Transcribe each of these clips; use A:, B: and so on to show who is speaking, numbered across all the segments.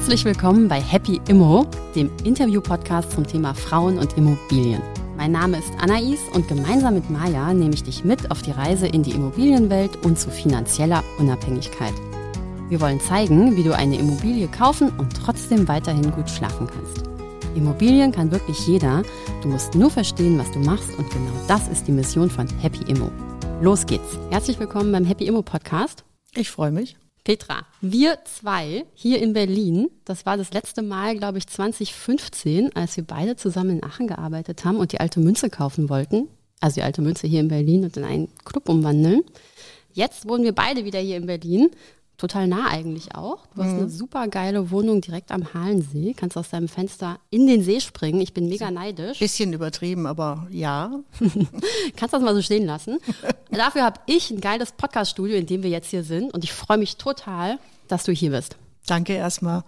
A: Herzlich willkommen bei Happy Immo, dem Interview-Podcast zum Thema Frauen und Immobilien. Mein Name ist Anais und gemeinsam mit Maja nehme ich dich mit auf die Reise in die Immobilienwelt und zu finanzieller Unabhängigkeit. Wir wollen zeigen, wie du eine Immobilie kaufen und trotzdem weiterhin gut schlafen kannst. Immobilien kann wirklich jeder, du musst nur verstehen, was du machst und genau das ist die Mission von Happy Immo. Los geht's. Herzlich willkommen beim Happy Immo Podcast.
B: Ich freue mich.
A: Petra, wir zwei hier in Berlin, das war das letzte Mal, glaube ich, 2015, als wir beide zusammen in Aachen gearbeitet haben und die alte Münze kaufen wollten. Also die alte Münze hier in Berlin und in einen Club umwandeln. Jetzt wohnen wir beide wieder hier in Berlin. Total nah eigentlich auch. Du hast eine super geile Wohnung direkt am Halensee. Kannst aus deinem Fenster in den See springen. Ich bin mega neidisch.
B: Bisschen übertrieben, aber ja.
A: Kannst das mal so stehen lassen. Dafür habe ich ein geiles Podcast-Studio, in dem wir jetzt hier sind. Und ich freue mich total, dass du hier bist.
B: Danke erstmal.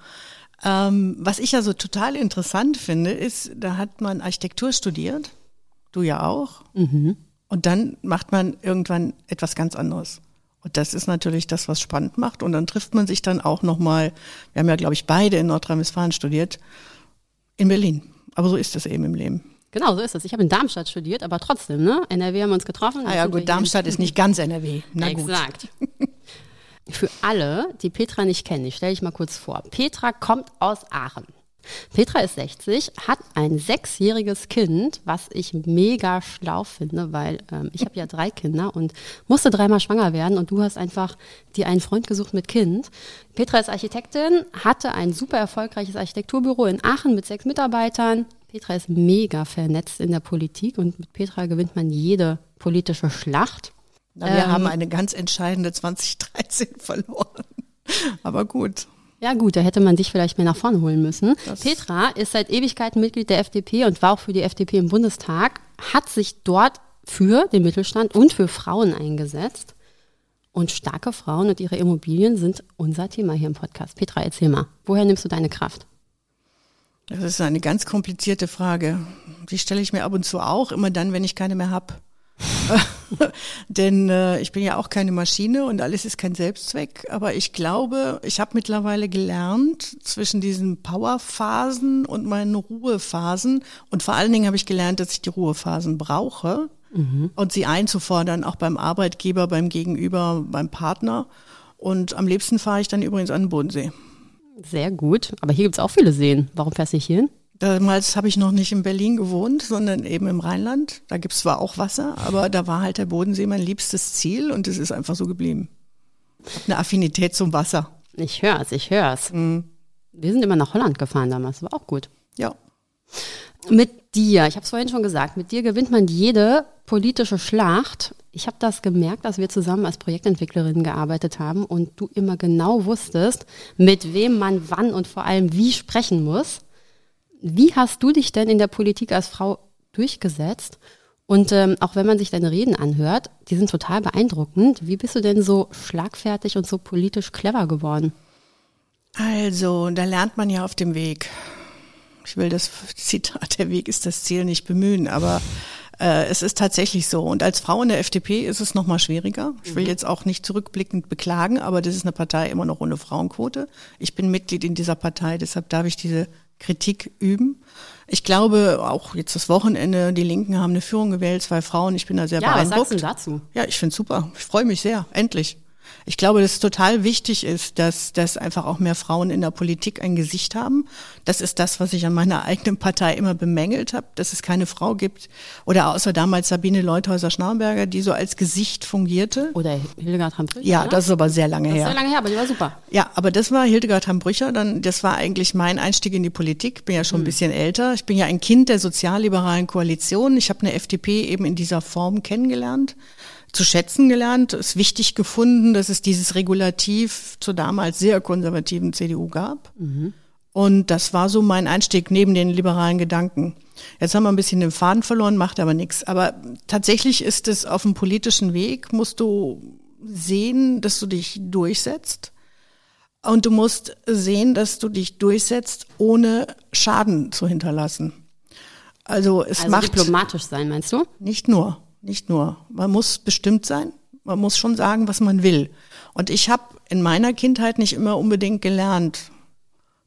B: Was ich ja so total interessant finde, ist, da hat man Architektur studiert. Du ja auch. Mhm. Und dann macht man irgendwann etwas ganz anderes. Und das ist natürlich das, was spannend macht. Und dann trifft man sich dann auch nochmal, wir haben ja, glaube ich, beide in Nordrhein-Westfalen studiert, in Berlin. Aber so ist das eben im Leben.
A: Genau, so ist es. Ich habe in Darmstadt studiert, aber trotzdem, ne? NRW haben wir uns getroffen.
B: Ah ja gut, Darmstadt ist nicht ganz NRW. Na gut.
A: Exakt. Für alle, die Petra nicht kennen, ich stelle dich mal kurz vor. Petra kommt aus Aachen. Petra ist 60, hat ein 6-jähriges Kind, was ich mega schlau finde, weil ich habe ja 3 Kinder und musste 3-mal schwanger werden und du hast einfach dir einen Freund gesucht mit Kind. Petra ist Architektin, hatte ein super erfolgreiches Architekturbüro in Aachen mit 6 Mitarbeitern. Petra ist mega vernetzt in der Politik und mit Petra gewinnt man jede politische Schlacht.
B: Na, wir haben eine ganz entscheidende 2013 verloren, aber gut.
A: Ja gut, da hätte man dich vielleicht mehr nach vorne holen müssen. Petra ist seit Ewigkeiten Mitglied der FDP und war auch für die FDP im Bundestag, hat sich dort für den Mittelstand und für Frauen eingesetzt. Und starke Frauen und ihre Immobilien sind unser Thema hier im Podcast. Petra, erzähl mal, woher nimmst du deine Kraft?
B: Das ist eine ganz komplizierte Frage. Die stelle ich mir ab und zu auch, immer dann, wenn ich keine mehr habe. Denn ich bin ja auch keine Maschine und alles ist kein Selbstzweck, aber ich glaube, ich habe mittlerweile gelernt zwischen diesen Powerphasen und meinen Ruhephasen und vor allen Dingen habe ich gelernt, dass ich die Ruhephasen brauche und sie einzufordern, auch beim Arbeitgeber, beim Gegenüber, beim Partner und am liebsten fahre ich dann übrigens an den Bodensee.
A: Sehr gut, aber hier gibt's auch viele Seen. Warum fährst du nicht hin?
B: Damals habe ich noch nicht in Berlin gewohnt, sondern eben im Rheinland. Da gibt's zwar auch Wasser, aber da war halt der Bodensee mein liebstes Ziel und es ist einfach so geblieben. Ich habe eine Affinität zum Wasser.
A: Ich hör's. Mhm. Wir sind immer nach Holland gefahren damals, war auch gut.
B: Ja.
A: Mit dir, ich habe es vorhin schon gesagt, mit dir gewinnt man jede politische Schlacht. Ich habe das gemerkt, dass wir zusammen als Projektentwicklerinnen gearbeitet haben und du immer genau wusstest, mit wem man wann und vor allem wie sprechen muss. Wie hast du dich denn in der Politik als Frau durchgesetzt? Und auch wenn man sich deine Reden anhört, die sind total beeindruckend. Wie bist du denn so schlagfertig und so politisch clever geworden?
B: Also, da lernt man ja auf dem Weg. Ich will das Zitat, der Weg ist das Ziel, nicht bemühen, aber es ist tatsächlich so. Und als Frau in der FDP ist es noch mal schwieriger. Ich will jetzt auch nicht zurückblickend beklagen, aber das ist eine Partei immer noch ohne Frauenquote. Ich bin Mitglied in dieser Partei, deshalb darf ich diese Kritik üben. Ich glaube, auch jetzt das Wochenende, die Linken haben eine Führung gewählt, 2 Frauen, ich bin da sehr beeindruckt.
A: Ja, was sagst du dazu?
B: Ja, ich finde es super. Ich freue mich sehr, endlich. Ich glaube, dass es total wichtig ist, dass einfach auch mehr Frauen in der Politik ein Gesicht haben. Das ist das, was ich an meiner eigenen Partei immer bemängelt habe, dass es keine Frau gibt. Oder außer damals Sabine Leuthäuser-Schnarrenberger, die so als Gesicht fungierte.
A: Oder Hildegard Hambrücher.
B: Ja, das ist aber sehr lange her.
A: Das ist sehr lange her, aber die war super.
B: Ja, aber das war Hildegard Hambrücher. Das war eigentlich mein Einstieg in die Politik. Bin ja schon ein bisschen älter. Ich bin ja ein Kind der sozialliberalen Koalition. Ich habe eine FDP eben in dieser Form kennengelernt. Zu schätzen gelernt, es wichtig gefunden, dass es dieses Regulativ zur damals sehr konservativen CDU gab. Mhm. Und das war so mein Einstieg neben den liberalen Gedanken. Jetzt haben wir ein bisschen den Faden verloren, macht aber nichts. Aber tatsächlich ist es auf dem politischen Weg, musst du sehen, dass du dich durchsetzt. Und du musst sehen, dass du dich durchsetzt, ohne Schaden zu hinterlassen. Also macht
A: diplomatisch sein, meinst du?
B: Nicht nur. Man muss bestimmt sein. Man muss schon sagen, was man will. Und ich habe in meiner Kindheit nicht immer unbedingt gelernt,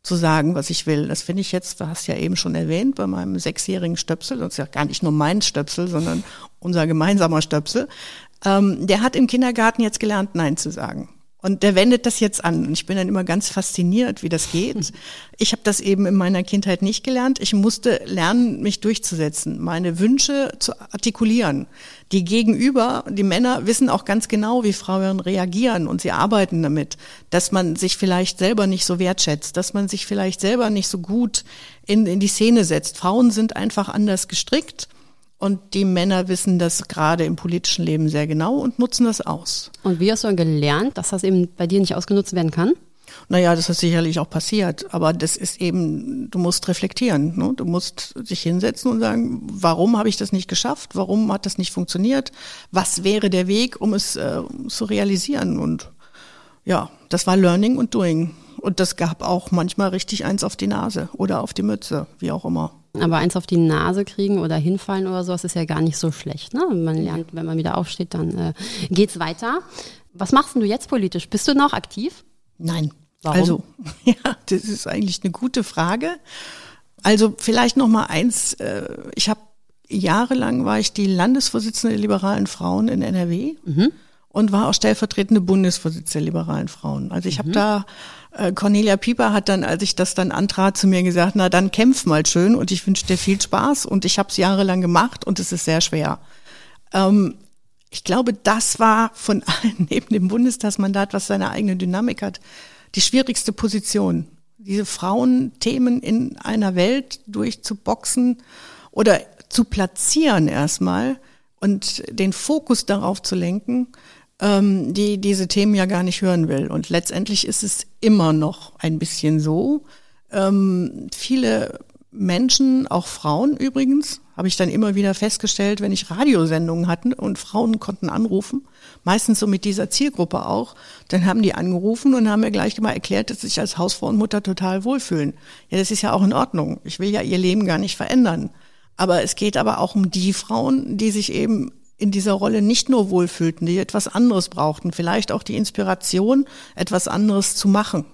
B: zu sagen, was ich will. Das finde ich jetzt, du hast ja eben schon erwähnt, bei meinem 6-jährigen Stöpsel, das ist ja gar nicht nur mein Stöpsel, sondern unser gemeinsamer Stöpsel, der hat im Kindergarten jetzt gelernt, Nein zu sagen. Und der wendet das jetzt an. Und ich bin dann immer ganz fasziniert, wie das geht. Ich habe das eben in meiner Kindheit nicht gelernt. Ich musste lernen, mich durchzusetzen, meine Wünsche zu artikulieren. Die Gegenüber, die Männer, wissen auch ganz genau, wie Frauen reagieren. Und sie arbeiten damit, dass man sich vielleicht selber nicht so wertschätzt, dass man sich vielleicht selber nicht so gut in die Szene setzt. Frauen sind einfach anders gestrickt. Und die Männer wissen das gerade im politischen Leben sehr genau und nutzen das aus.
A: Und wie hast du dann gelernt, dass das eben bei dir nicht ausgenutzt werden kann?
B: Naja, das ist sicherlich auch passiert. Aber das ist eben, du musst reflektieren. Ne? Du musst dich hinsetzen und sagen, warum habe ich das nicht geschafft? Warum hat das nicht funktioniert? Was wäre der Weg, um es zu realisieren? Und ja, das war Learning und Doing. Und das gab auch manchmal richtig eins auf die Nase oder auf die Mütze, wie auch immer.
A: Aber eins auf die Nase kriegen oder hinfallen oder sowas ist ja gar nicht so schlecht. Ne? Man lernt, wenn man wieder aufsteht, dann geht's weiter. Was machst denn du jetzt politisch? Bist du noch aktiv?
B: Nein.
A: Warum?
B: Also, ja, das ist eigentlich eine gute Frage. Also vielleicht noch mal eins. Jahrelang war ich die Landesvorsitzende der liberalen Frauen in NRW und war auch stellvertretende Bundesvorsitzende der liberalen Frauen. Also ich habe da Cornelia Pieper hat dann, als ich das dann antrat, zu mir gesagt, na dann kämpf mal schön und ich wünsche dir viel Spaß und ich habe es jahrelang gemacht und es ist sehr schwer. Ich glaube, das war von allen neben dem Bundestagsmandat, was seine eigene Dynamik hat, die schwierigste Position. Diese Frauenthemen in einer Welt durchzuboxen oder zu platzieren erstmal und den Fokus darauf zu lenken, die diese Themen ja gar nicht hören will. Und letztendlich ist es immer noch ein bisschen so. Viele Menschen, auch Frauen übrigens, habe ich dann immer wieder festgestellt, wenn ich Radiosendungen hatte und Frauen konnten anrufen, meistens so mit dieser Zielgruppe auch, dann haben die angerufen und haben mir gleich mal erklärt, dass sie sich als Hausfrau und Mutter total wohlfühlen. Ja, das ist ja auch in Ordnung. Ich will ja ihr Leben gar nicht verändern. Aber es geht aber auch um die Frauen, die sich eben in dieser Rolle nicht nur wohlfühlten, die etwas anderes brauchten, vielleicht auch die Inspiration, etwas anderes zu machen.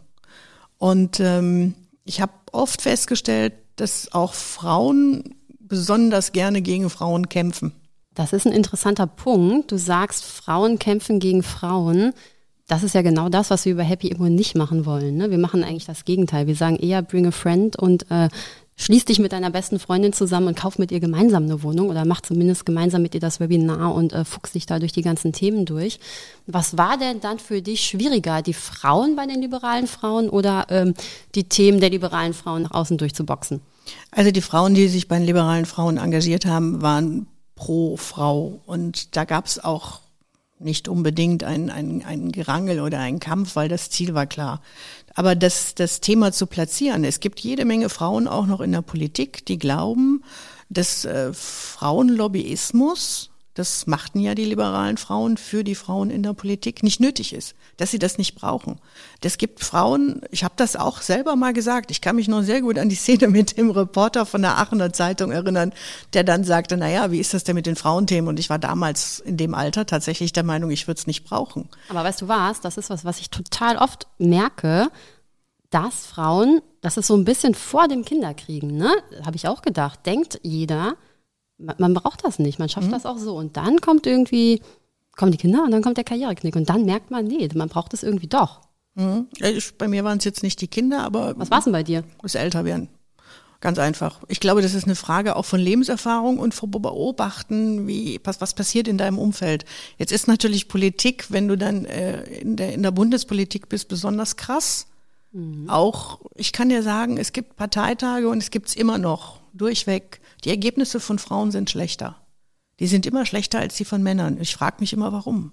B: Und ich habe oft festgestellt, dass auch Frauen besonders gerne gegen Frauen kämpfen.
A: Das ist ein interessanter Punkt. Du sagst, Frauen kämpfen gegen Frauen. Das ist ja genau das, was wir über Happy Immo nicht machen wollen. Ne? Wir machen eigentlich das Gegenteil. Wir sagen eher bring a friend und schließ dich mit deiner besten Freundin zusammen und kauf mit ihr gemeinsam eine Wohnung oder mach zumindest gemeinsam mit ihr das Webinar und fuchs dich da durch die ganzen Themen durch. Was war denn dann für dich schwieriger, die Frauen bei den liberalen Frauen oder die Themen der liberalen Frauen nach außen durchzuboxen?
B: Also die Frauen, die sich bei den liberalen Frauen engagiert haben, waren pro Frau. Und da gab es auch nicht unbedingt ein Gerangel oder einen Kampf, weil das Ziel war klar. Aber das Thema zu platzieren, es gibt jede Menge Frauen auch noch in der Politik, die glauben, dass Frauenlobbyismus, das machten ja die liberalen Frauen für die Frauen in der Politik, nicht nötig ist, dass sie das nicht brauchen. Es gibt Frauen, ich habe das auch selber mal gesagt, ich kann mich noch sehr gut an die Szene mit dem Reporter von der Aachener Zeitung erinnern, der dann sagte, naja, wie ist das denn mit den Frauenthemen? Und ich war damals in dem Alter tatsächlich der Meinung, ich würde es nicht brauchen.
A: Aber weißt du was, das ist was ich total oft merke, dass Frauen, das ist so ein bisschen vor dem Kinderkriegen, ne? Habe ich auch gedacht, denkt jeder, man braucht das nicht, man schafft das auch so. Und dann kommen die Kinder und dann kommt der Karriereknick. Und dann merkt man, nee, man braucht es irgendwie doch.
B: Bei mir waren es jetzt nicht die Kinder, aber...
A: Was war es denn bei dir?
B: Das Älterwerden. Ganz einfach. Ich glaube, das ist eine Frage auch von Lebenserfahrung und von Beobachten, was passiert in deinem Umfeld. Jetzt ist natürlich Politik, wenn du dann in der Bundespolitik bist, besonders krass. Auch, ich kann dir sagen, es gibt Parteitage und es gibt's immer noch, durchweg. Die Ergebnisse von Frauen sind schlechter. Die sind immer schlechter als die von Männern. Ich frage mich immer, warum.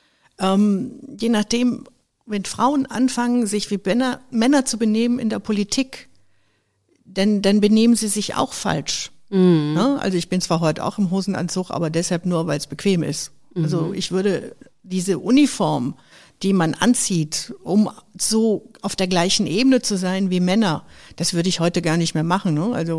B: Je nachdem, wenn Frauen anfangen, sich wie Männer zu benehmen in der Politik, dann benehmen sie sich auch falsch. Ja, also ich bin zwar heute auch im Hosenanzug, aber deshalb nur, weil es bequem ist. Also ich würde diese Uniform, die man anzieht, um so auf der gleichen Ebene zu sein wie Männer, das würde ich heute gar nicht mehr machen. Ne? Also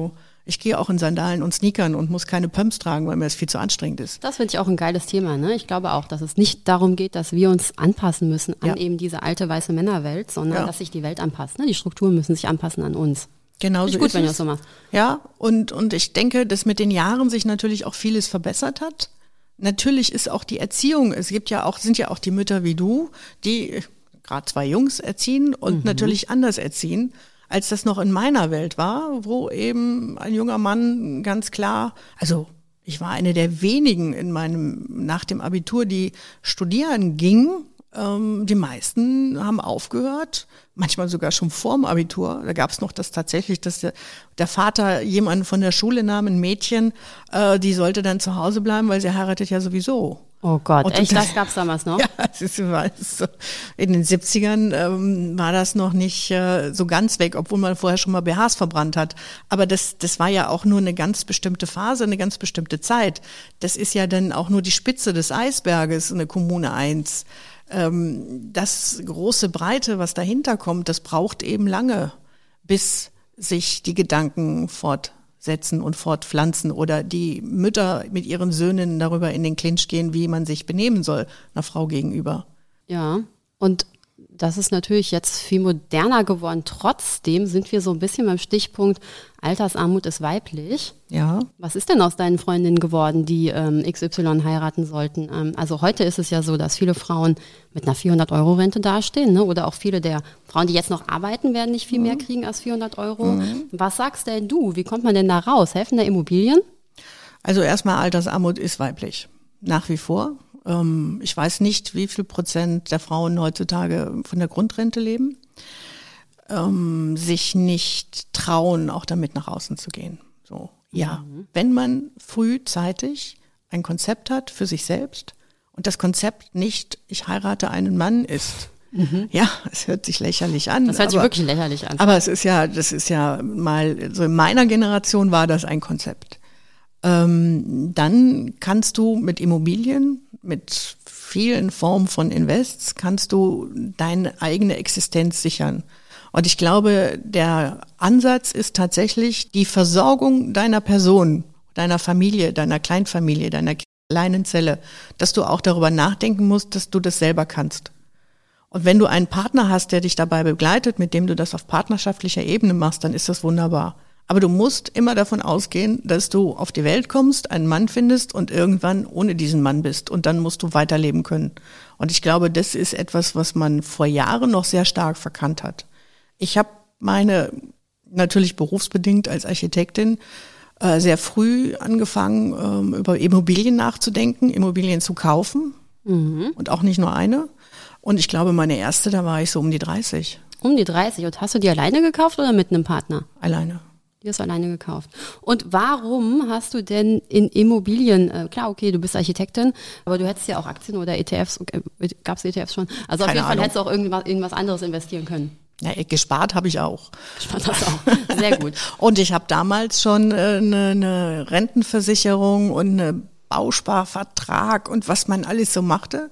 B: Ich gehe auch in Sandalen und Sneakern und muss keine Pumps tragen, weil mir das viel zu anstrengend ist.
A: Das finde ich auch ein geiles Thema. Ne? Ich glaube auch, dass es nicht darum geht, dass wir uns anpassen müssen an eben diese alte weiße Männerwelt, sondern dass sich die Welt anpasst. Ne? Die Strukturen müssen sich anpassen an uns.
B: Genau so
A: ist gut,
B: ist
A: wenn du
B: es.
A: das so machst.
B: Ja, und ich denke, dass mit den Jahren sich natürlich auch vieles verbessert hat. Natürlich ist auch die Erziehung, sind ja auch die Mütter wie du, die gerade 2 Jungs erziehen und natürlich anders erziehen, als das noch in meiner Welt war, wo eben ein junger Mann ganz klar, also ich war eine der wenigen nach dem Abitur, die studieren ging. Die meisten haben aufgehört, manchmal sogar schon vorm Abitur. Da gab es noch das tatsächlich, dass der Vater jemanden von der Schule nahm, ein Mädchen, die sollte dann zu Hause bleiben, weil sie heiratet ja sowieso.
A: Oh Gott,
B: Und
A: echt, das gab's damals noch?
B: Ja, in den 70ern war das noch nicht so ganz weg, obwohl man vorher schon mal BHs verbrannt hat. Aber das war ja auch nur eine ganz bestimmte Phase, eine ganz bestimmte Zeit. Das ist ja dann auch nur die Spitze des Eisberges, eine Kommune 1. Das große Breite, was dahinter kommt, das braucht eben lange, bis sich die Gedanken fortsetzen und fortpflanzen oder die Mütter mit ihren Söhnen darüber in den Clinch gehen, wie man sich benehmen soll, einer Frau gegenüber.
A: Ja, und das ist natürlich jetzt viel moderner geworden. Trotzdem sind wir so ein bisschen beim Stichpunkt Altersarmut ist weiblich.
B: Ja.
A: Was ist denn aus deinen Freundinnen geworden, die XY heiraten sollten? Also heute ist es ja so, dass viele Frauen mit einer 400-Euro-Rente dastehen, ne? Oder auch viele der Frauen, die jetzt noch arbeiten, werden nicht viel mehr kriegen als 400 Euro. Was sagst denn du? Wie kommt man denn da raus? Helfen da Immobilien?
B: Also erstmal, Altersarmut ist weiblich. Nach wie vor. Ich weiß nicht, wie viel Prozent der Frauen heutzutage von der Grundrente leben, sich nicht trauen, auch damit nach außen zu gehen. So, ja, wenn man frühzeitig ein Konzept hat für sich selbst und das Konzept nicht, ich heirate einen Mann ist, ja, es hört sich lächerlich an.
A: Das hört sich wirklich lächerlich an.
B: Aber das ist ja mal, so in meiner Generation war das ein Konzept. Dann kannst du mit Immobilien, mit vielen Formen von Invests, kannst du deine eigene Existenz sichern. Und ich glaube, der Ansatz ist tatsächlich die Versorgung deiner Person, deiner Familie, deiner Kleinfamilie, deiner kleinen Zelle, dass du auch darüber nachdenken musst, dass du das selber kannst. Und wenn du einen Partner hast, der dich dabei begleitet, mit dem du das auf partnerschaftlicher Ebene machst, dann ist das wunderbar. Aber du musst immer davon ausgehen, dass du auf die Welt kommst, einen Mann findest und irgendwann ohne diesen Mann bist. Und dann musst du weiterleben können. Und ich glaube, das ist etwas, was man vor Jahren noch sehr stark verkannt hat. Ich habe natürlich berufsbedingt als Architektin, sehr früh angefangen, über Immobilien nachzudenken, Immobilien zu kaufen. Und auch nicht nur eine. Und ich glaube, meine erste, da war ich so um die 30.
A: Um die 30. Und hast du die alleine gekauft oder mit einem Partner?
B: Alleine.
A: Die hast du alleine gekauft. Und warum hast du denn in Immobilien, klar, okay, du bist Architektin, aber du hättest ja auch Aktien oder ETFs, gab es ETFs schon? Also auf jeden Fall hättest du auch irgendwas anderes investieren können.
B: Ja, gespart habe ich auch.
A: Gespart hast du auch. Sehr gut.
B: Und ich habe damals schon eine Rentenversicherung und einen Bausparvertrag und was man alles so machte,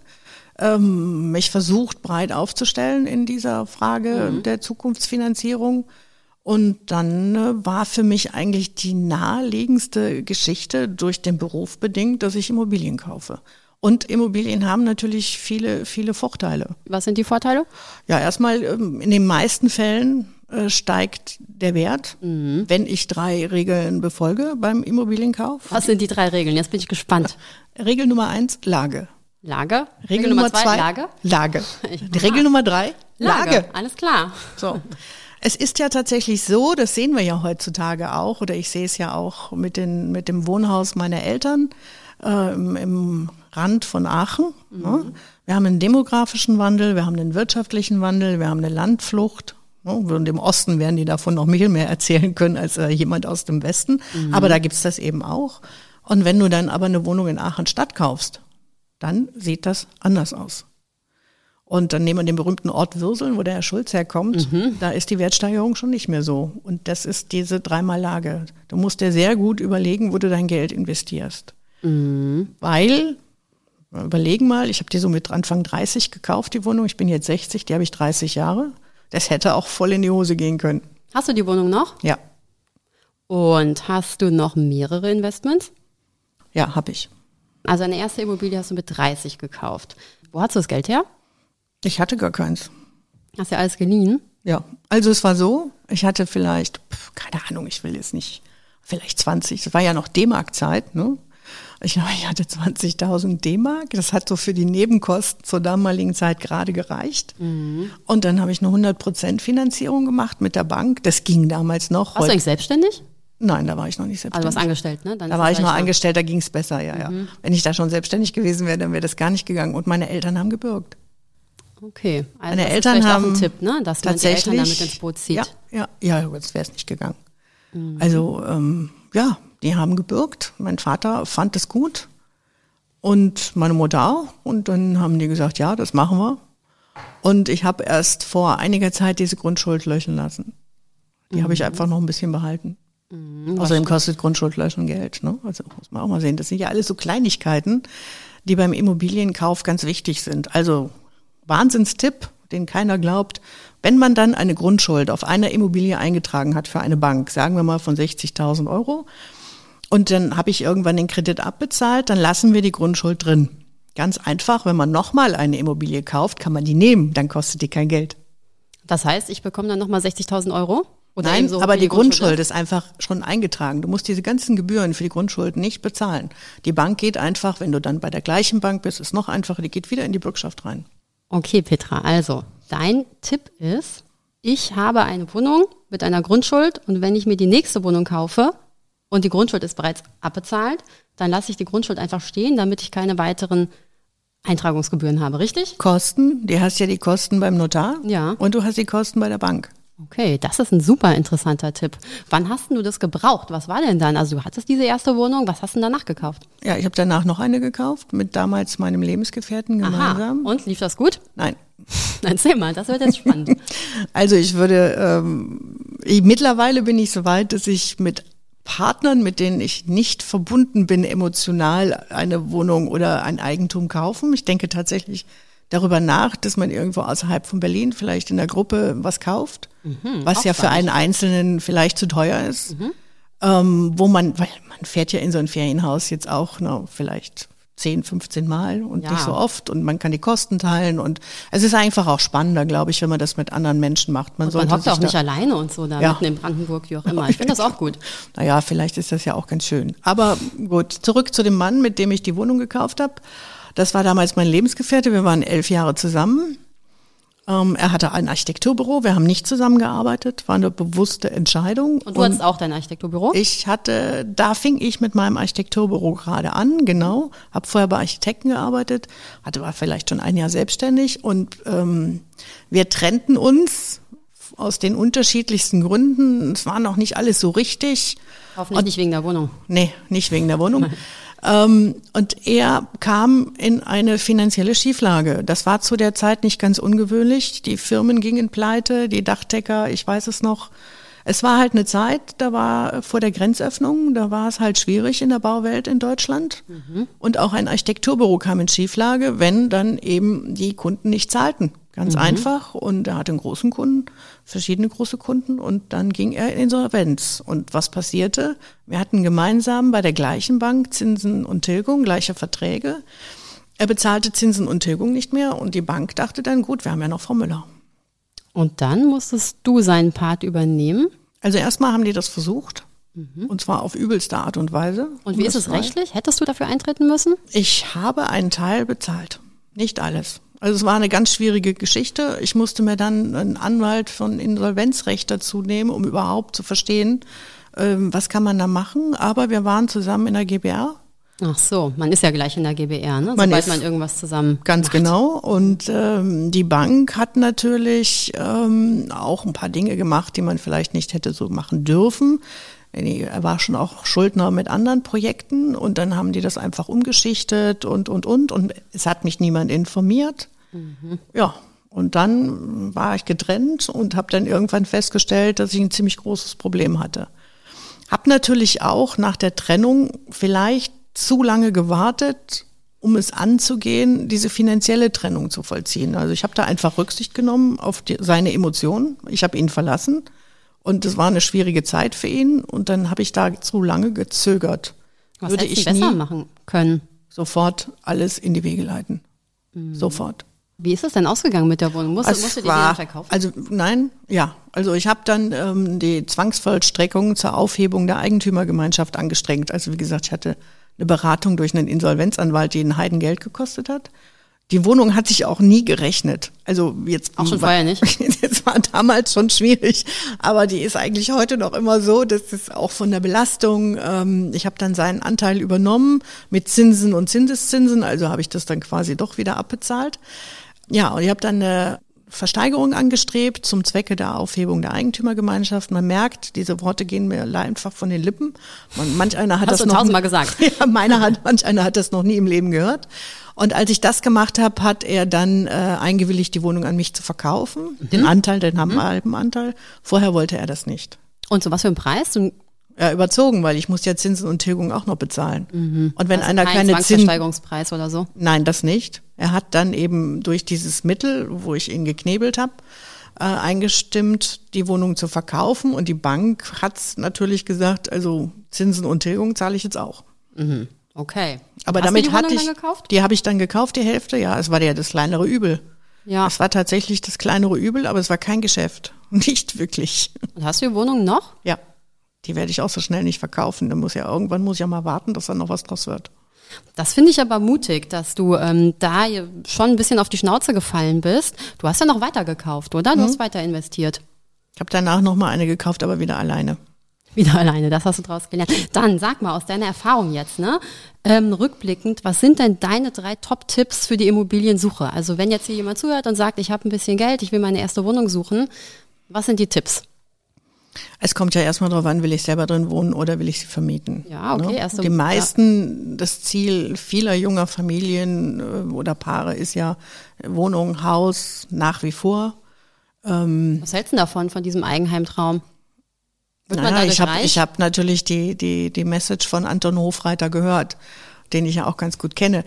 B: mich versucht breit aufzustellen in dieser Frage der Zukunftsfinanzierung. Und dann war für mich eigentlich die naheliegendste Geschichte durch den Beruf bedingt, dass ich Immobilien kaufe. Und Immobilien haben natürlich viele, viele Vorteile.
A: Was sind die Vorteile?
B: Ja, erstmal in den meisten Fällen steigt der Wert, wenn ich 3 Regeln befolge beim Immobilienkauf.
A: Was sind die 3 Regeln? Jetzt bin ich gespannt.
B: Regel Nummer 1, Lage.
A: Lage?
B: Regel Nummer 2,
A: Lage?
B: Lage. Regel Nummer 3, Lage.
A: Alles klar.
B: So. Es ist ja tatsächlich so, das sehen wir ja heutzutage auch, oder ich sehe es ja auch mit dem Wohnhaus meiner Eltern im Rand von Aachen. Ne? Wir haben einen demografischen Wandel, wir haben einen wirtschaftlichen Wandel, wir haben eine Landflucht. Ne? Und im Osten werden die davon noch viel mehr erzählen können als jemand aus dem Westen. Aber da gibt's das eben auch. Und wenn du dann aber eine Wohnung in Aachen Stadt kaufst, dann sieht das anders aus. Und dann nehmen wir den berühmten Ort Würseln, wo der Herr Schulz herkommt, da ist die Wertsteigerung schon nicht mehr so. Und das ist diese 3-mal Lage. Du musst dir sehr gut überlegen, wo du dein Geld investierst. Weil, überlegen mal, ich habe die so mit Anfang 30 gekauft, die Wohnung. Ich bin jetzt 60, die habe ich 30 Jahre. Das hätte auch voll in die Hose gehen können.
A: Hast du die Wohnung noch?
B: Ja.
A: Und hast du noch mehrere Investments?
B: Ja, habe ich.
A: Also eine erste Immobilie hast du mit 30 gekauft. Wo hast du das Geld her?
B: Ich hatte gar keins.
A: Hast du alles geliehen?
B: Ja, also es war so, ich hatte vielleicht, keine Ahnung, ich will jetzt nicht, vielleicht 20, das war ja noch D-Mark-Zeit, ne? Ich glaube, ich hatte 20.000 D-Mark, das hat so für die Nebenkosten zur damaligen Zeit gerade gereicht. Und dann habe ich eine 100% Finanzierung gemacht mit der Bank, das ging damals noch.
A: Warst du eigentlich selbstständig?
B: Nein, da war ich noch nicht selbstständig.
A: Also du warst angestellt, ne?
B: Da war ich noch angestellt, da ging es besser, ja. Wenn ich da schon selbstständig gewesen wäre, dann wäre das gar nicht gegangen. Und meine Eltern haben gebürgt.
A: Okay, also
B: meine
A: das
B: Eltern
A: ist vielleicht
B: haben
A: auch ein Tipp, ne? Dass man die Eltern damit ins Boot zieht.
B: Ja, jetzt wäre es nicht gegangen. Also, ja, die haben gebürgt. Mein Vater fand es gut und meine Mutter auch. Und dann haben die gesagt, ja, das machen wir. Und ich habe erst vor einiger Zeit diese Grundschuld löschen lassen. Die habe ich einfach noch ein bisschen behalten. Außerdem kostet Grundschuld löschen Geld. Ne? Also muss man auch mal sehen. Das sind ja alles so Kleinigkeiten, die beim Immobilienkauf ganz wichtig sind. Also Wahnsinnstipp, den keiner glaubt. Wenn man dann eine Grundschuld auf einer Immobilie eingetragen hat für eine Bank, sagen wir mal von 60.000 €, und dann habe ich irgendwann den Kredit abbezahlt, dann lassen wir die Grundschuld drin. Ganz einfach, wenn man nochmal eine Immobilie kauft, kann man die nehmen, dann kostet die kein Geld.
A: Das heißt, ich bekomme dann nochmal 60.000 €? Oder
B: Nein,
A: so,
B: aber die Grundschuld ist einfach schon eingetragen. Du musst diese ganzen Gebühren für die Grundschuld nicht bezahlen. Die Bank geht einfach, wenn du dann bei der gleichen Bank bist, ist noch einfacher, die geht wieder in die Bürgschaft rein.
A: Okay, Petra, also dein Tipp ist, ich habe eine Wohnung mit einer Grundschuld und wenn ich mir die nächste Wohnung kaufe und die Grundschuld ist bereits abbezahlt, dann lasse ich die Grundschuld einfach stehen, damit ich keine weiteren Eintragungsgebühren habe, richtig?
B: Kosten, du hast ja die Kosten beim Notar,
A: ja,
B: und du hast die Kosten bei der Bank.
A: Okay, das ist ein super interessanter Tipp. Wann hast du das gebraucht? Was war denn dann? Also du hattest diese erste Wohnung, was hast du denn danach gekauft?
B: Ja, ich habe danach noch eine gekauft, mit damals meinem Lebensgefährten gemeinsam.
A: Aha. Und, lief das gut?
B: Nein.
A: Erzähl mal, das wird jetzt spannend.
B: Also ich würde, mittlerweile bin ich so weit, dass ich mit Partnern, mit denen ich nicht verbunden bin, emotional eine Wohnung oder ein Eigentum kaufen. Ich denke tatsächlich darüber nach, dass man irgendwo außerhalb von Berlin vielleicht in der Gruppe was kauft, was ja für einen Einzelnen vielleicht zu teuer ist, weil man fährt ja in so ein Ferienhaus jetzt auch vielleicht 10, 15 Mal und nicht so oft und man kann die Kosten teilen und es ist einfach auch spannender, glaube ich, wenn man das mit anderen Menschen macht.
A: Man hockt auch nicht alleine und so da mitten in Brandenburg, wie auch immer. Ich finde das auch gut.
B: Naja, vielleicht ist das ja auch ganz schön. Aber gut, zurück zu dem Mann, mit dem ich die Wohnung gekauft habe. Das war damals mein Lebensgefährte, wir waren 11 Jahre zusammen. Er hatte ein Architekturbüro, wir haben nicht zusammengearbeitet, war eine bewusste Entscheidung.
A: Und du hattest auch dein Architekturbüro?
B: Da fing ich mit meinem Architekturbüro gerade an, genau. Habe vorher bei Architekten gearbeitet, war vielleicht schon ein Jahr selbstständig und wir trennten uns aus den unterschiedlichsten Gründen. Es war noch nicht alles so richtig.
A: Hoffentlich nicht wegen der Wohnung.
B: Nee, nicht wegen der Wohnung. Und er kam in eine finanzielle Schieflage. Das war zu der Zeit nicht ganz ungewöhnlich. Die Firmen gingen pleite, die Dachdecker, ich weiß es noch. Es war halt eine Zeit, da war vor der Grenzöffnung, da war es halt schwierig in der Bauwelt in Deutschland. Und auch ein Architekturbüro kam in Schieflage, wenn dann eben die Kunden nicht zahlten. Ganz einfach. Und er hatte einen großen Kunden, verschiedene große Kunden und dann ging er in Insolvenz. Und was passierte? Wir hatten gemeinsam bei der gleichen Bank Zinsen und Tilgung, gleiche Verträge. Er bezahlte Zinsen und Tilgung nicht mehr und die Bank dachte dann, gut, wir haben ja noch Frau Müller.
A: Und dann musstest du seinen Part übernehmen?
B: Also erstmal haben die das versucht. Und zwar auf übelste Art und Weise.
A: Und wie ist es rechtlich? Hättest du dafür eintreten müssen?
B: Ich habe einen Teil bezahlt. Nicht alles. Also es war eine ganz schwierige Geschichte. Ich musste mir dann einen Anwalt von Insolvenzrecht dazu nehmen, um überhaupt zu verstehen, was kann man da machen. Aber wir waren zusammen in der GbR.
A: Ach so, man ist ja gleich in der GbR, ne? Sobald man irgendwas zusammen
B: ganz macht. Genau. Und die Bank hat natürlich auch ein paar Dinge gemacht, die man vielleicht nicht hätte so machen dürfen. Er war schon auch Schuldner mit anderen Projekten und dann haben die das einfach umgeschichtet und es hat mich niemand informiert. Ja, und dann war ich getrennt und habe dann irgendwann festgestellt, dass ich ein ziemlich großes Problem hatte. Hab natürlich auch nach der Trennung vielleicht zu lange gewartet, um es anzugehen, diese finanzielle Trennung zu vollziehen. Also ich habe da einfach Rücksicht genommen auf seine Emotionen. Ich habe ihn verlassen Und es war eine schwierige Zeit für ihn und dann habe ich da zu lange gezögert.
A: Was
B: Würde
A: hättest
B: ich
A: du besser
B: nie
A: machen können?
B: sofort alles in die Wege leiten. Sofort.
A: Wie ist es denn ausgegangen mit der Wohnung? Musst du die dann verkaufen?
B: Also ich habe dann die Zwangsvollstreckung zur Aufhebung der Eigentümergemeinschaft angestrengt. Also wie gesagt, ich hatte eine Beratung durch einen Insolvenzanwalt, die ein Heidengeld gekostet hat. Die Wohnung hat sich auch nie gerechnet. Also jetzt
A: auch schon vorher nicht.
B: Das war damals schon schwierig, aber die ist eigentlich heute noch immer so, dass es auch von der Belastung. Ich habe dann seinen Anteil übernommen mit Zinsen und Zinseszinsen, also habe ich das dann quasi doch wieder abbezahlt. Ja, und ich habe dann eine Versteigerung angestrebt zum Zwecke der Aufhebung der Eigentümergemeinschaft. Man merkt, diese Worte gehen mir einfach von den Lippen. Manch einer hat
A: Hast
B: das
A: du
B: noch
A: 1000-mal gesagt.
B: Ja, manch einer hat das noch nie im Leben gehört. Und als ich das gemacht habe, hat er dann eingewilligt, die Wohnung an mich zu verkaufen. Den halben Anteil. Vorher wollte er das nicht.
A: Und zu was für einem Preis?
B: Ja, überzogen, weil ich muss ja Zinsen und Tilgung auch noch bezahlen. Und wenn
A: also
B: einer keine
A: Zwangsversteigerungspreis oder so?
B: Nein, das nicht. Er hat dann eben durch dieses Mittel, wo ich ihn geknebelt habe, eingestimmt, die Wohnung zu verkaufen. Und die Bank hat's natürlich gesagt, also Zinsen und Tilgung zahle ich jetzt auch.
A: Okay.
B: Aber
A: Hast
B: damit
A: du die Wohnung
B: hatte ich,
A: dann gekauft?
B: die habe ich dann gekauft, die Hälfte. Ja, es war ja das kleinere Übel.
A: Ja.
B: Es war tatsächlich das kleinere Übel, aber es war kein Geschäft. Nicht wirklich.
A: Und hast du die Wohnung noch?
B: Ja, die werde ich auch so schnell nicht verkaufen. Irgendwann muss ich ja mal warten, dass da noch was draus wird.
A: Das finde ich aber mutig, dass du da schon ein bisschen auf die Schnauze gefallen bist. Du hast ja noch weiter gekauft, oder? Du hast weiter investiert.
B: Ich habe danach noch mal eine gekauft, aber wieder alleine.
A: Wieder alleine, das hast du draus gelernt. Dann sag mal aus deiner Erfahrung jetzt, ne? Rückblickend, was sind denn deine 3 Top-Tipps für die Immobiliensuche? Also wenn jetzt hier jemand zuhört und sagt, ich habe ein bisschen Geld, ich will meine erste Wohnung suchen, was sind die Tipps?
B: Es kommt ja erstmal drauf an, will ich selber drin wohnen oder will ich sie vermieten.
A: Ja, okay.
B: Ne? Die meisten, das Ziel vieler junger Familien oder Paare ist ja Wohnung, Haus nach wie vor.
A: Was hältst du davon, von diesem Eigenheimtraum? Wird man dadurch reich?
B: Ich hab natürlich die Message von Anton Hofreiter gehört, den ich ja auch ganz gut kenne.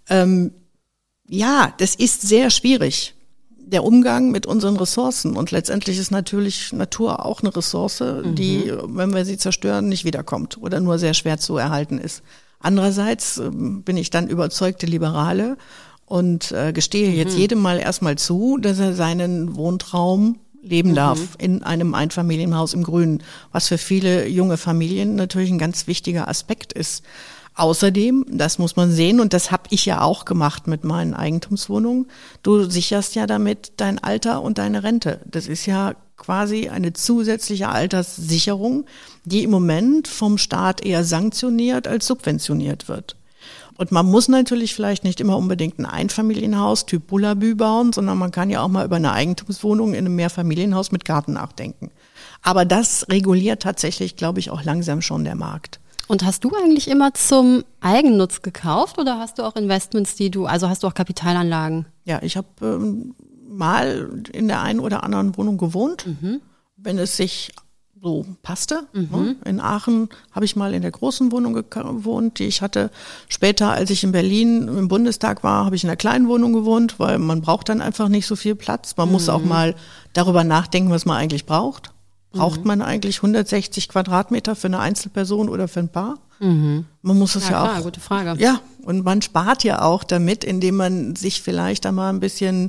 B: Ja, das ist sehr schwierig. Der Umgang mit unseren Ressourcen. Und letztendlich ist natürlich Natur auch eine Ressource, die, wenn wir sie zerstören, nicht wiederkommt oder nur sehr schwer zu erhalten ist. Andererseits bin ich dann überzeugte Liberale und gestehe jetzt jedem mal erstmal zu, dass er seinen Wohntraum leben darf in einem Einfamilienhaus im Grünen, was für viele junge Familien natürlich ein ganz wichtiger Aspekt ist. Außerdem, das muss man sehen, und das habe ich ja auch gemacht mit meinen Eigentumswohnungen, du sicherst ja damit dein Alter und deine Rente. Das ist ja quasi eine zusätzliche Alterssicherung, die im Moment vom Staat eher sanktioniert als subventioniert wird. Und man muss natürlich vielleicht nicht immer unbedingt ein Einfamilienhaus Typ Bullabü bauen, sondern man kann ja auch mal über eine Eigentumswohnung in einem Mehrfamilienhaus mit Garten nachdenken. Aber das reguliert tatsächlich, glaube ich, auch langsam schon der Markt.
A: Und hast du eigentlich immer zum Eigennutz gekauft oder hast du auch Investments, also hast du auch Kapitalanlagen?
B: Ja, ich habe mal in der einen oder anderen Wohnung gewohnt, wenn es sich so passte. In Aachen habe ich mal in der großen Wohnung gewohnt, die ich hatte. Später, als ich in Berlin im Bundestag war, habe ich in einer kleinen Wohnung gewohnt, weil man braucht dann einfach nicht so viel Platz. Man muss auch mal darüber nachdenken, was man eigentlich braucht. Braucht man eigentlich 160 Quadratmeter für eine Einzelperson oder für ein Paar? Man muss es ja auch.
A: Klar, gute Frage.
B: Ja, und man spart ja auch damit, indem man sich vielleicht einmal ein bisschen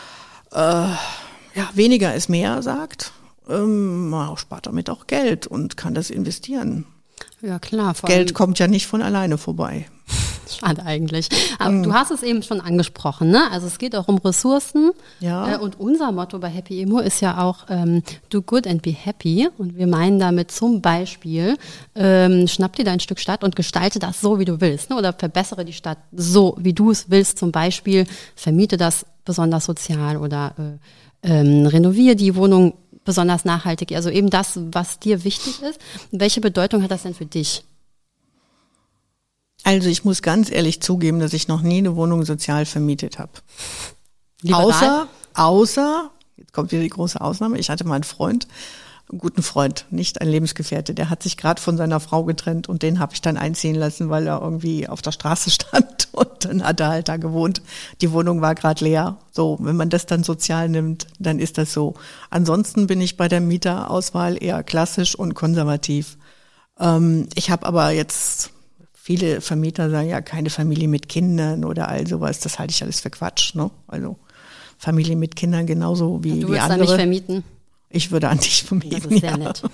B: weniger ist mehr sagt. Man spart damit auch Geld und kann das investieren.
A: Ja, klar.
B: Geld kommt ja nicht von alleine vorbei.
A: Schade eigentlich. Aber du hast es eben schon angesprochen, ne? Also es geht auch um Ressourcen.
B: Ja.
A: Und unser Motto bei Happy Immo ist ja auch do good and be happy. Und wir meinen damit zum Beispiel, schnapp dir dein Stück Stadt und gestalte das so, wie du willst. Ne? Oder verbessere die Stadt so, wie du es willst. Zum Beispiel vermiete das besonders sozial oder renoviere die Wohnung besonders nachhaltig. Also eben das, was dir wichtig ist. Welche Bedeutung hat das denn für dich?
B: Also ich muss ganz ehrlich zugeben, dass ich noch nie eine Wohnung sozial vermietet habe. Außer, jetzt kommt wieder die große Ausnahme, ich hatte mal einen Freund, einen guten Freund, nicht ein Lebensgefährte. Der hat sich gerade von seiner Frau getrennt und den habe ich dann einziehen lassen, weil er irgendwie auf der Straße stand und dann hat er halt da gewohnt. Die Wohnung war gerade leer. So, wenn man das dann sozial nimmt, dann ist das so. Ansonsten bin ich bei der Mieterauswahl eher klassisch und konservativ. Ich habe aber jetzt, viele Vermieter sagen ja keine Familie mit Kindern oder all sowas. Das halte ich alles für Quatsch, ne? Also Familie mit Kindern genauso wie
A: Du willst
B: andere.
A: da nicht vermieten?
B: Ich würde an dich vermieten.
A: Das ist sehr nett.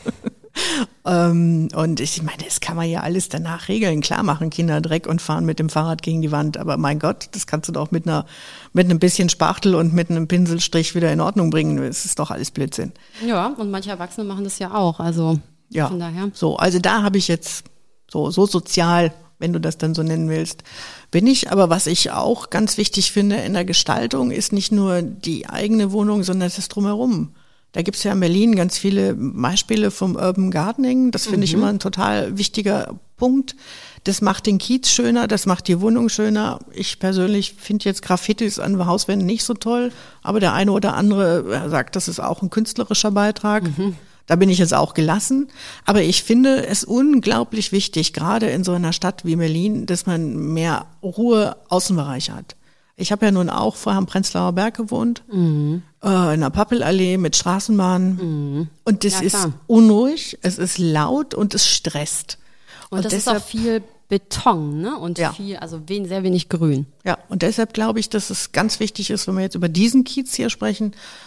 B: Und ich meine, das kann man ja alles danach regeln. Klar machen Kinder Dreck und fahren mit dem Fahrrad gegen die Wand. Aber mein Gott, das kannst du doch mit einem bisschen Spachtel und mit einem Pinselstrich wieder in Ordnung bringen. Das ist doch alles Blödsinn.
A: Ja, und manche Erwachsene machen das ja auch. Also
B: ja,
A: von daher.
B: So, also da habe ich jetzt so sozial, wenn du das dann so nennen willst, bin ich. Aber was ich auch ganz wichtig finde in der Gestaltung, ist nicht nur die eigene Wohnung, sondern das Drumherum. Da gibt's ja in Berlin ganz viele Beispiele vom Urban Gardening. Das finde ich immer ein total wichtiger Punkt. Das macht den Kiez schöner, das macht die Wohnung schöner. Ich persönlich finde jetzt Graffitis an Hauswänden nicht so toll, aber der eine oder andere sagt, das ist auch ein künstlerischer Beitrag. Da bin ich jetzt auch gelassen. Aber ich finde es unglaublich wichtig, gerade in so einer Stadt wie Berlin, dass man mehr Ruhe Außenbereich hat. Ich habe ja nun auch vorher am Prenzlauer Berg gewohnt, in einer Pappelallee mit Straßenbahn. Und das ist unruhig, es ist laut und es stresst.
A: Und das deshalb, ist auch viel Beton, ne? Und viel, also sehr wenig Grün.
B: Ja, und deshalb glaube ich, dass es ganz wichtig ist, wenn wir jetzt über diesen Kiez hier sprechen,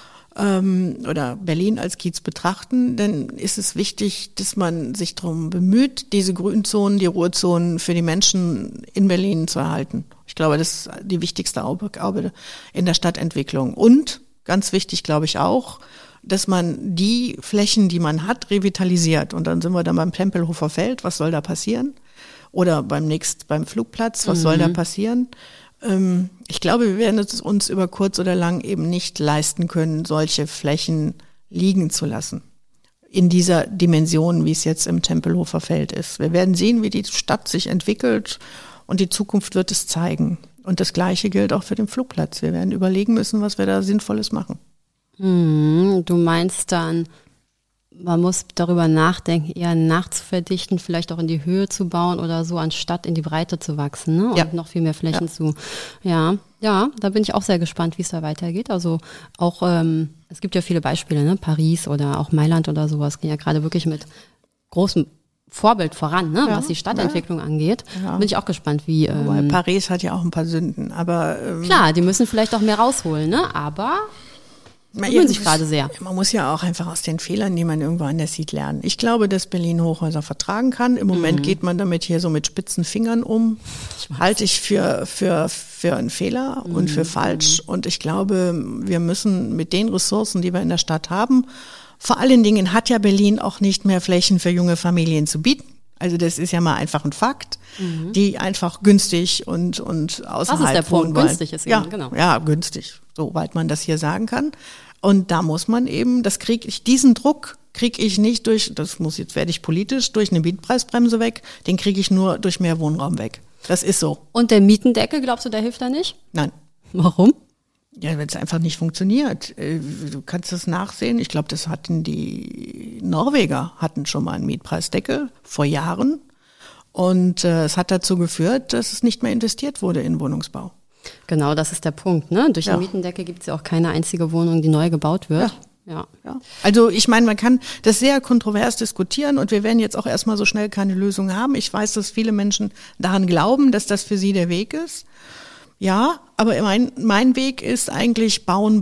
B: oder Berlin als Kiez betrachten, dann ist es wichtig, dass man sich darum bemüht, diese Grünzonen, die Ruhezonen für die Menschen in Berlin zu erhalten. Ich glaube, das ist die wichtigste Aufgabe in der Stadtentwicklung. Und ganz wichtig, glaube ich auch, dass man die Flächen, die man hat, revitalisiert. Und dann sind wir dann beim Tempelhofer Feld. Was soll da passieren? Oder beim Flugplatz. Was soll da passieren? Ich glaube, wir werden es uns über kurz oder lang eben nicht leisten können, solche Flächen liegen zu lassen. In dieser Dimension, wie es jetzt im Tempelhofer Feld ist. Wir werden sehen, wie die Stadt sich entwickelt und die Zukunft wird es zeigen. Und das Gleiche gilt auch für den Flugplatz. Wir werden überlegen müssen, was wir da Sinnvolles machen.
A: Du meinst dann, man muss darüber nachdenken, eher nachzuverdichten, vielleicht auch in die Höhe zu bauen oder so, anstatt in die Breite zu wachsen, ne? Und noch viel mehr Flächen zu. Ja, da bin ich auch sehr gespannt, wie es da weitergeht. Also auch, es gibt ja viele Beispiele, ne? Paris oder auch Mailand oder sowas gehen ja gerade wirklich mit großem Vorbild voran, ne? Was die Stadtentwicklung angeht. Bin ich auch gespannt, wie.
B: Paris hat ja auch ein paar Sünden, aber.
A: Klar, die müssen vielleicht auch mehr rausholen, ne? Aber. Sich gerade sehr.
B: Man muss ja auch einfach aus den Fehlern, die man irgendwo anders sieht, lernen. Ich glaube, dass Berlin Hochhäuser vertragen kann. Im Moment geht man damit hier so mit spitzen Fingern um. Halte ich für einen Fehler und für falsch. Und ich glaube, wir müssen mit den Ressourcen, die wir in der Stadt haben, vor allen Dingen hat ja Berlin auch nicht mehr Flächen für junge Familien zu bieten. Also das ist ja mal einfach ein Fakt, die einfach günstig und außerhalb
A: das ist der Punkt,
B: wollen.
A: Günstig ist eben, genau.
B: Ja, günstig, soweit man das hier sagen kann. Und da muss man eben, diesen Druck kriege ich nicht werde ich politisch, durch eine Mietpreisbremse weg, den kriege ich nur durch mehr Wohnraum weg. Das ist so.
A: Und der Mietendeckel, glaubst du, der hilft da nicht?
B: Nein.
A: Warum?
B: Ja, wenn es einfach nicht funktioniert. Du kannst es nachsehen. Ich glaube, die Norweger hatten schon mal einen Mietpreisdeckel vor Jahren. Und es hat dazu geführt, dass es nicht mehr investiert wurde in Wohnungsbau.
A: Genau, das ist der Punkt, ne? Durch den Mietendeckel gibt es ja auch keine einzige Wohnung, die neu gebaut wird. Ja.
B: Also ich meine, man kann das sehr kontrovers diskutieren und wir werden jetzt auch erstmal so schnell keine Lösung haben. Ich weiß, dass viele Menschen daran glauben, dass das für sie der Weg ist. Ja, aber mein Weg ist eigentlich bauen.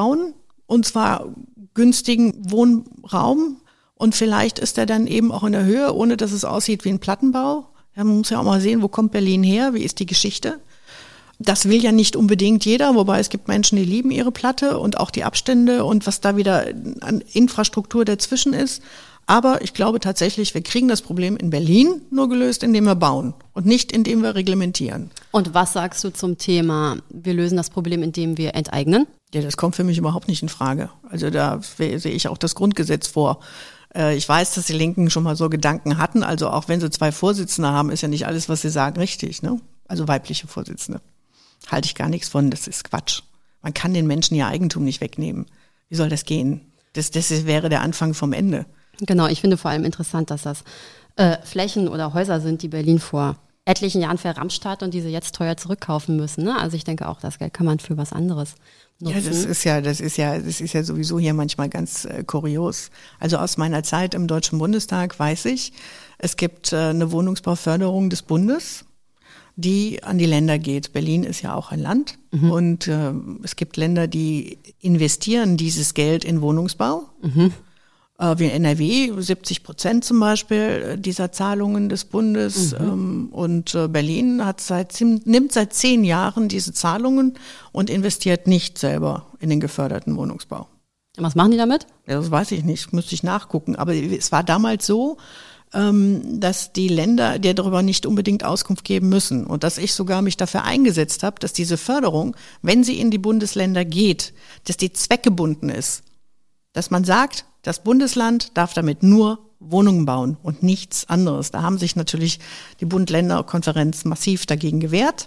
B: Und zwar günstigen Wohnraum. Und vielleicht ist er dann eben auch in der Höhe, ohne dass es aussieht wie ein Plattenbau. Ja, man muss ja auch mal sehen, wo kommt Berlin her, wie ist die Geschichte. Das will ja nicht unbedingt jeder, wobei es gibt Menschen, die lieben ihre Platte und auch die Abstände und was da wieder an Infrastruktur dazwischen ist. Aber ich glaube tatsächlich, wir kriegen das Problem in Berlin nur gelöst, indem wir bauen und nicht indem wir reglementieren.
A: Und was sagst du zum Thema, wir lösen das Problem, indem wir enteignen?
B: Ja, das kommt für mich überhaupt nicht in Frage. Also da sehe ich auch das Grundgesetz vor. Ich weiß, dass die Linken schon mal so Gedanken hatten. Also auch wenn sie 2 Vorsitzende haben, ist ja nicht alles, was sie sagen, richtig, ne? Also weibliche Vorsitzende. Halte ich gar nichts von, das ist Quatsch. Man kann den Menschen ihr Eigentum nicht wegnehmen. Wie soll das gehen? Das wäre der Anfang vom Ende.
A: Genau, ich finde vor allem interessant, dass das Flächen oder Häuser sind, die Berlin vor etlichen Jahren verramscht hat und diese jetzt teuer zurückkaufen müssen. Ne? Also ich denke auch, das Geld kann man für was anderes nutzen.
B: Ja, das ist ja sowieso hier manchmal ganz kurios. Also aus meiner Zeit im Deutschen Bundestag weiß ich, es gibt eine Wohnungsbauförderung des Bundes, die an die Länder geht. Berlin ist ja auch ein Land und es gibt Länder, die investieren dieses Geld in Wohnungsbau. Wie in NRW, 70% zum Beispiel dieser Zahlungen des Bundes. Und Berlin nimmt seit 10 Jahren diese Zahlungen und investiert nicht selber in den geförderten Wohnungsbau.
A: Und was machen die damit?
B: Ja, das weiß ich nicht, müsste ich nachgucken. Aber es war damals so, dass die Länder dir darüber nicht unbedingt Auskunft geben müssen. Und dass ich sogar mich dafür eingesetzt habe, dass diese Förderung, wenn sie in die Bundesländer geht, dass die zweckgebunden ist. Dass man sagt, das Bundesland darf damit nur Wohnungen bauen und nichts anderes. Da haben sich natürlich die Bund-Länder-Konferenz massiv dagegen gewehrt.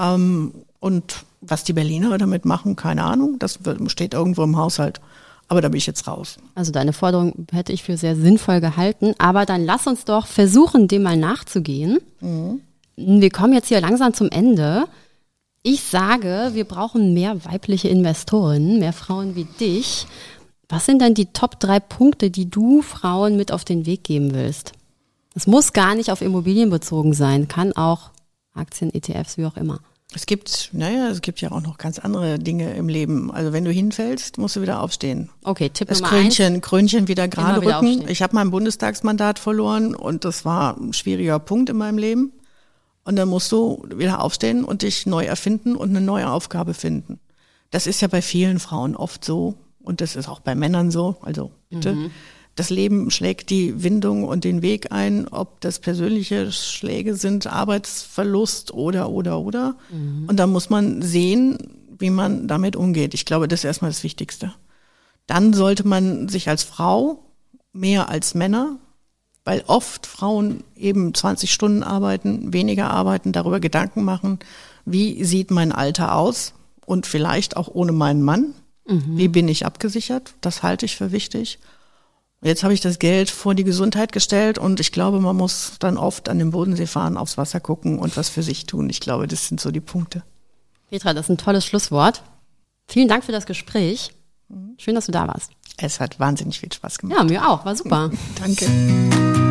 B: Und was die Berliner damit machen, keine Ahnung. Das steht irgendwo im Haushalt. Aber da bin ich jetzt raus.
A: Also deine Forderung hätte ich für sehr sinnvoll gehalten. Aber dann lass uns doch versuchen, dem mal nachzugehen. Wir kommen jetzt hier langsam zum Ende. Ich sage, wir brauchen mehr weibliche Investorinnen, mehr Frauen wie dich. Was sind denn die Top 3 Punkte, die du Frauen mit auf den Weg geben willst? Es muss gar nicht auf Immobilien bezogen sein, kann auch Aktien, ETFs, wie auch immer.
B: Es gibt ja auch noch ganz andere Dinge im Leben. Also wenn du hinfällst, musst du wieder aufstehen.
A: Okay, Tipp
B: das
A: Nummer 1.
B: Krönchen wieder gerade rücken.
A: Aufstehen.
B: Ich habe mein Bundestagsmandat verloren und das war ein schwieriger Punkt in meinem Leben. Und dann musst du wieder aufstehen und dich neu erfinden und eine neue Aufgabe finden. Das ist ja bei vielen Frauen oft so. Und das ist auch bei Männern so, also bitte. Das Leben schlägt die Windung und den Weg ein, ob das persönliche Schläge sind, Arbeitsverlust oder. Und da muss man sehen, wie man damit umgeht. Ich glaube, das ist erstmal das Wichtigste. Dann sollte man sich als Frau mehr als Männer, weil oft Frauen eben 20 Stunden arbeiten, weniger arbeiten, darüber Gedanken machen, wie sieht mein Alter aus und vielleicht auch ohne meinen Mann. Wie bin ich abgesichert? Das halte ich für wichtig. Jetzt habe ich das Geld vor die Gesundheit gestellt und ich glaube, man muss dann oft an den Bodensee fahren, aufs Wasser gucken und was für sich tun. Ich glaube, das sind so die Punkte.
A: Petra, das ist ein tolles Schlusswort. Vielen Dank für das Gespräch. Schön, dass du da warst.
B: Es hat wahnsinnig viel Spaß gemacht.
A: Ja, mir auch. War super.
B: Danke.